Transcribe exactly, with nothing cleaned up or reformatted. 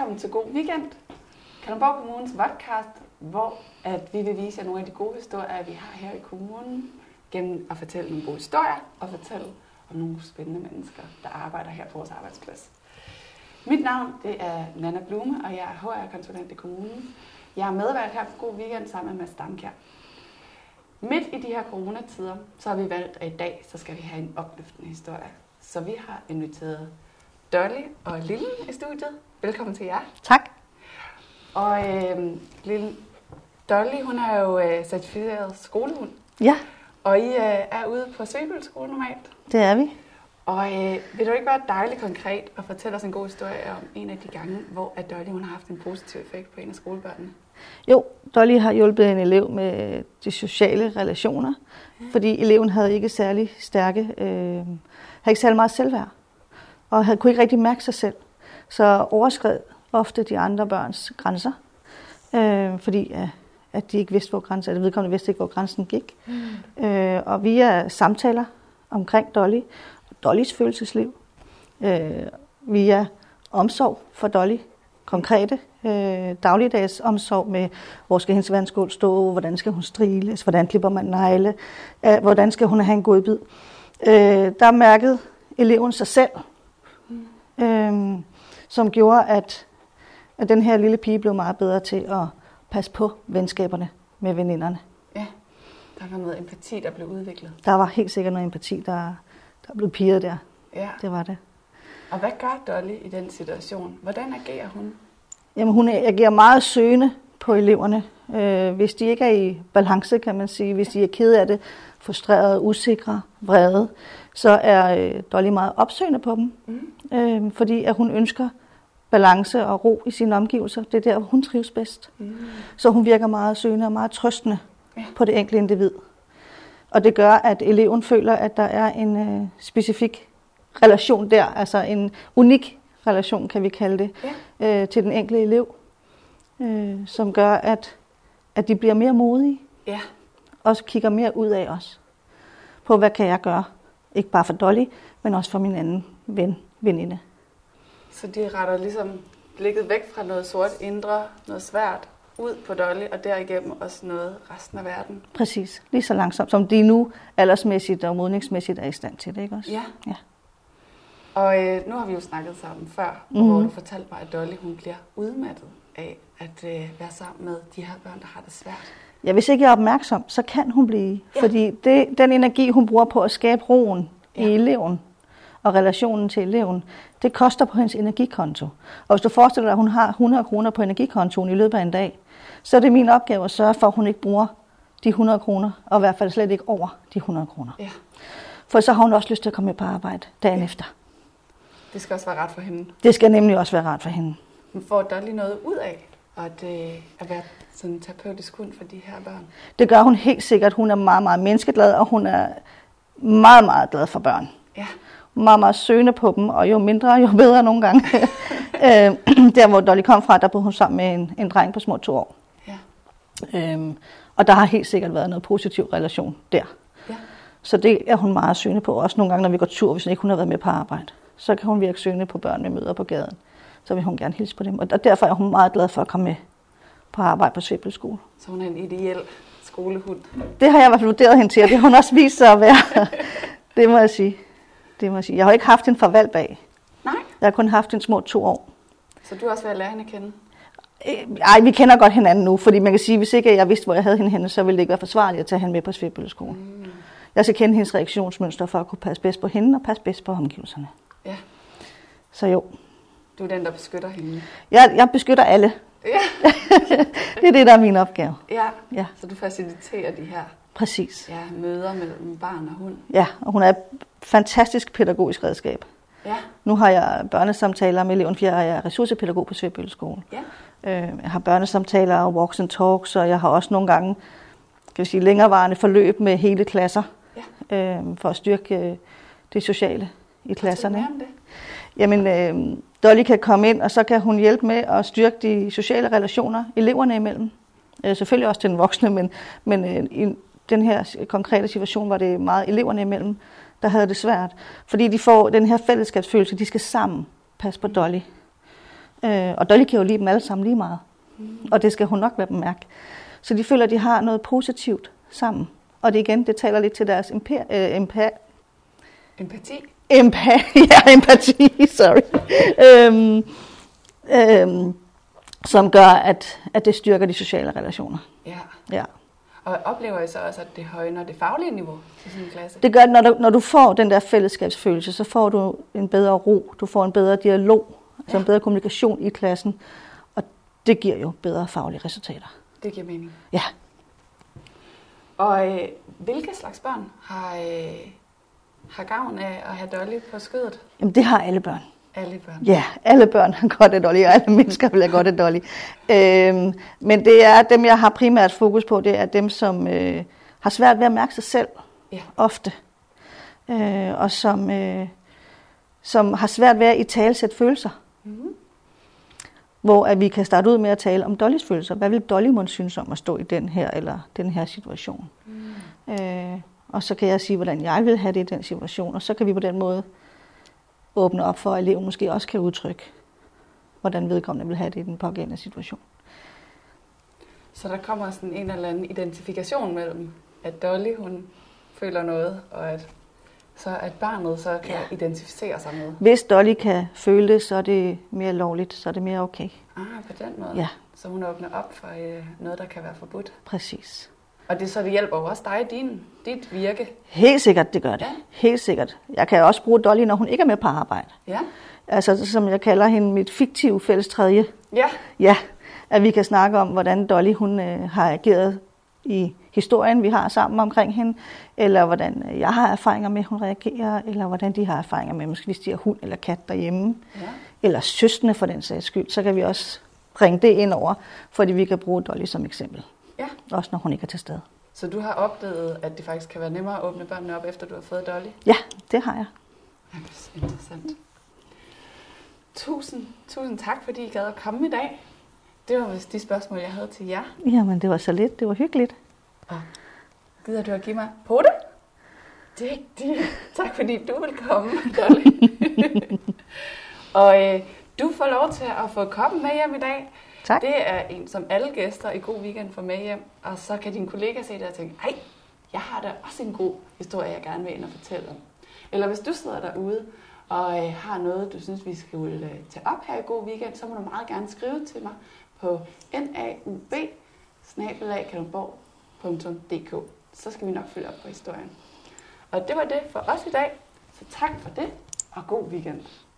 velkommen til God Weekend, Kalundborg Kommunes podcast, hvor at vi vil vise jer nogle af de gode historier, vi har her i kommunen, gennem at fortælle nogle gode historier og fortælle om nogle spændende mennesker, der arbejder her på vores arbejdsplads. Mit navn det er Nanna Blume, og jeg er H R-konsulent i kommunen. Jeg er medvært her på God Weekend sammen med Mads Damkjær. Midt i de her coronatider, så har vi valgt, at i dag så skal vi have en opløftende historie. Så vi har inviteret Dolly og Lille i studiet. Velkommen til jer. Tak. Og øh, Lille, Dolly, hun er jo øh, certificeret skolehund. Ja. Og I øh, er ude på Svebøl skole normalt. Det er vi. Og øh, vil du ikke være dejligt konkret og fortælle os en god historie om en af de gange, hvor at Dolly hun har haft en positiv effekt på en af skolebørnene? Jo, Dolly har hjulpet en elev med de sociale relationer, ja. Fordi eleven havde ikke særlig stærke, øh, havde ikke særlig meget selvværd, og havde, kunne ikke rigtig mærke sig selv. Så overskred ofte de andre børns grænser, øh, fordi øh, at de ikke vidste, hvor grænsen, eller vedkommende vidste ikke, hvor grænsen gik. Mm. Øh, og via samtaler omkring Dolly, Dollys følelsesliv, øh, via omsorg for Dolly, konkrete øh, dagligdags omsorg med, hvor skal hendes vandskål stå, hvordan skal hun striles, hvordan klipper man negle, øh, hvordan skal hun have en godbid. Øh, der mærkede eleven sig selv, mm. øh, som gjorde, at, at den her lille pige blev meget bedre til at passe på venskaberne med veninderne. Ja, der var noget empati, der blev udviklet. Der var helt sikkert noget empati, der, der blev pirret der. Ja. Det var det. Og hvad gør Dolly i den situation? Hvordan agerer hun? Jamen, hun agerer meget søgende på eleverne. Øh, hvis de ikke er i balance, kan man sige, hvis de er kede af det, frustrerede, usikre, vrede, så er øh, Dolly meget opsøgende på dem. Mm. Øh, fordi at hun ønsker balance og ro i sine omgivelser. Det er der, hvor hun trives bedst. Mm. Så hun virker meget søgende og meget trøstende ja. På det enkelte individ. Og det gør, at eleven føler, at der er en øh, specifik relation der, altså en unik relation, kan vi kalde det, ja. øh, til den enkelte elev, øh, som gør, at, at de bliver mere modige, ja. Og kigger mere ud af os, på hvad kan jeg gøre, ikke bare for Dolly, men også for min anden ven, veninde. Så de retter ligesom blikket væk fra noget sort indre, noget svært, ud på Dolly, og derigennem også noget resten af verden. Præcis, lige så langsomt, som de nu aldersmæssigt og modningsmæssigt er i stand til det, ikke også? Ja. Ja. Og øh, nu har vi jo snakket sammen før, mm. hvor du fortalte mig, at Dolly hun bliver udmattet af at øh, være sammen med de her børn, der har det svært. Ja, hvis ikke jeg er opmærksom, så kan hun blive. Ja. Fordi det, den energi, hun bruger på at skabe roen ja. I eleven og relationen til eleven, det koster på hendes energikonto. Og hvis du forestiller dig, at hun har hundrede kroner på energikontoen i løbet af en dag, så er det min opgave at sørge for, at hun ikke bruger de hundrede kroner, og i hvert fald slet ikke over de hundrede kroner. Ja. For så har hun også lyst til at komme med på arbejde dagen ja. Efter. Det skal også være rart for hende. Det skal nemlig også være rart for hende. Hun får Dolly noget ud af at, øh, at være sådan terapeutisk hund for de her børn. Det gør hun helt sikkert. Hun er meget, meget menneskeglad, og hun er meget, meget glad for børn. Ja. Meget, meget søgende på dem, og jo mindre, jo bedre nogle gange. Der, hvor Dolly kom fra, der boede hun sammen med en, en dreng på små to år. Ja. Øhm, og der har helt sikkert været noget positiv relation der. Ja. Så det er hun meget søgende på. Også nogle gange, når vi går tur, hvis ikke hun har været med på arbejde, så kan hun virke søgende på børn, vi møder på gaden. Så vil hun gerne hilse på dem. Og derfor er hun meget glad for at komme med på arbejde på Svebøl skole. Så hun er en ideel skolehund? Det har jeg i hvert fald vurderet hende til, og det har hun også vist sig at være. Det må jeg sige. Det må jeg sige. Jeg har ikke haft en forvalg bag. Nej? Jeg har kun haft en små to år. Så du er også ved at lære hende at kende? Ej, vi kender godt hinanden nu, fordi man kan sige, hvis ikke jeg vidste, hvor jeg havde hende henne, så ville det ikke være forsvarligt at tage hende med på Svebøl skole. Mm. Jeg skal kende hendes reaktionsmønster for at kunne passe bedst på hende og passe bedst på omgivelserne. Ja. Så jo. Du er den, der beskytter hende? Jeg, jeg beskytter alle. Ja. Det er det, der er min opgave. Ja. Ja, så du faciliterer de her Præcis. Ja, møder mellem barn og hund. Ja, og hun er et fantastisk pædagogisk redskab. Ja. Nu har jeg børnesamtaler med eleven, for jeg er ressourcepædagog på Svebøl skole. Ja. Jeg har børnesamtaler og walks and talks, og jeg har også nogle gange kan vi sige, længerevarende forløb med hele klasser, ja. For at styrke det sociale i klasserne. Hvad det? Jamen, øh, Dolly kan komme ind, og så kan hun hjælpe med at styrke de sociale relationer eleverne imellem. Øh, selvfølgelig også til den voksne, men, men øh, i den her konkrete situation var det meget eleverne imellem, der havde det svært. Fordi de får den her fællesskabsfølelse, de skal sammen passe på Dolly. Øh, og Dolly kan jo lide dem alle sammen lige meget. Mm. Og det skal hun nok være bemærke. Så de føler, at de har noget positivt sammen. Og det igen, det taler lidt til deres empa- øh, empa- empati. Empa- ja, empati, sorry. øhm, øhm, som gør, at, at det styrker de sociale relationer. Ja. Ja. Og oplever I så også, at det højner det faglige niveau i sådan en klasse? Det gør det, når du, når du får den der fællesskabsfølelse, så får du en bedre ro, du får en bedre dialog, altså ja. en bedre kommunikation i klassen, og det giver jo bedre faglige resultater. Det giver mening. Ja. Og øh, hvilke slags børn har, øh, har gavn af at have Dolly på skødet? Jamen det har alle børn. Alle børn? Ja, alle børn har godt af Dolly, og alle mennesker vil have godt af Dolly. øhm, men det er dem, jeg har primært fokus på, det er dem, som øh, har svært ved at mærke sig selv, ja. ofte. Øh, og som, øh, som har svært ved at italesætte følelser. Mm-hmm. Hvor at vi kan starte ud med at tale om Dollys følelser. Hvad vil Dolly mon synes om at stå i den her eller den her situation? Mm. Øh, og så kan jeg sige, hvordan jeg vil have det i den situation, og så kan vi på den måde åbne op for, at eleven måske også kan udtrykke, hvordan vedkommende vil have det i den pågældende situation. Så der kommer sådan en eller anden identifikation mellem, at Dolly hun føler noget, og at, så at barnet så kan ja. identificere sig med. Hvis Dolly kan føle det, så er det mere lovligt, så er det mere okay. Ah, på den måde. Ja. Så hun åbner op for øh, noget, der kan være forbudt. Præcis. Og det så det hjælper jo også dig i din, dit virke. Helt sikkert, det gør det. Ja. Helt sikkert. Jeg kan også bruge Dolly, når hun ikke er med på arbejde. Ja. Altså, som jeg kalder hende, mit fiktive fælles tredje. Ja. Ja, at vi kan snakke om, hvordan Dolly hun øh, har ageret i historien, vi har sammen omkring hende, eller hvordan jeg har erfaringer med, hun reagerer, eller hvordan de har erfaringer med, måske hvis de har hund eller kat derhjemme, ja. eller søskende for den sags skyld, så kan vi også bringe det ind over, fordi vi kan bruge Dolly som eksempel. Ja. Også når hun ikke er til stede. Så du har opdaget, at det faktisk kan være nemmere at åbne børnene op, efter du har fået Dolly? Ja, det har jeg. Ja, det er interessant. Tusind, tusind tak, fordi I gad at komme i dag. Det var vist de spørgsmål, jeg havde til jer. Jamen, det var så lidt. Det var hyggeligt. Og gider du at give mig på det? Det er det. Tak, fordi du vil komme, Dolly. Og øh, du får lov til at få koppen med hjem i dag. Tak. Det er en, som alle gæster i God Weekend får med hjem. Og så kan din kollega se det og tænke, ej, jeg har da også en god historie, jeg gerne vil ind og fortælle om. Eller hvis du sidder derude og øh, har noget, du synes, vi skal øh, tage op her i God Weekend, så må du meget gerne skrive til mig på naub snabel-a kalundborg punktum d k. Så skal vi nok følge op på historien. Og det var det for os i dag. Så tak for det, og god weekend.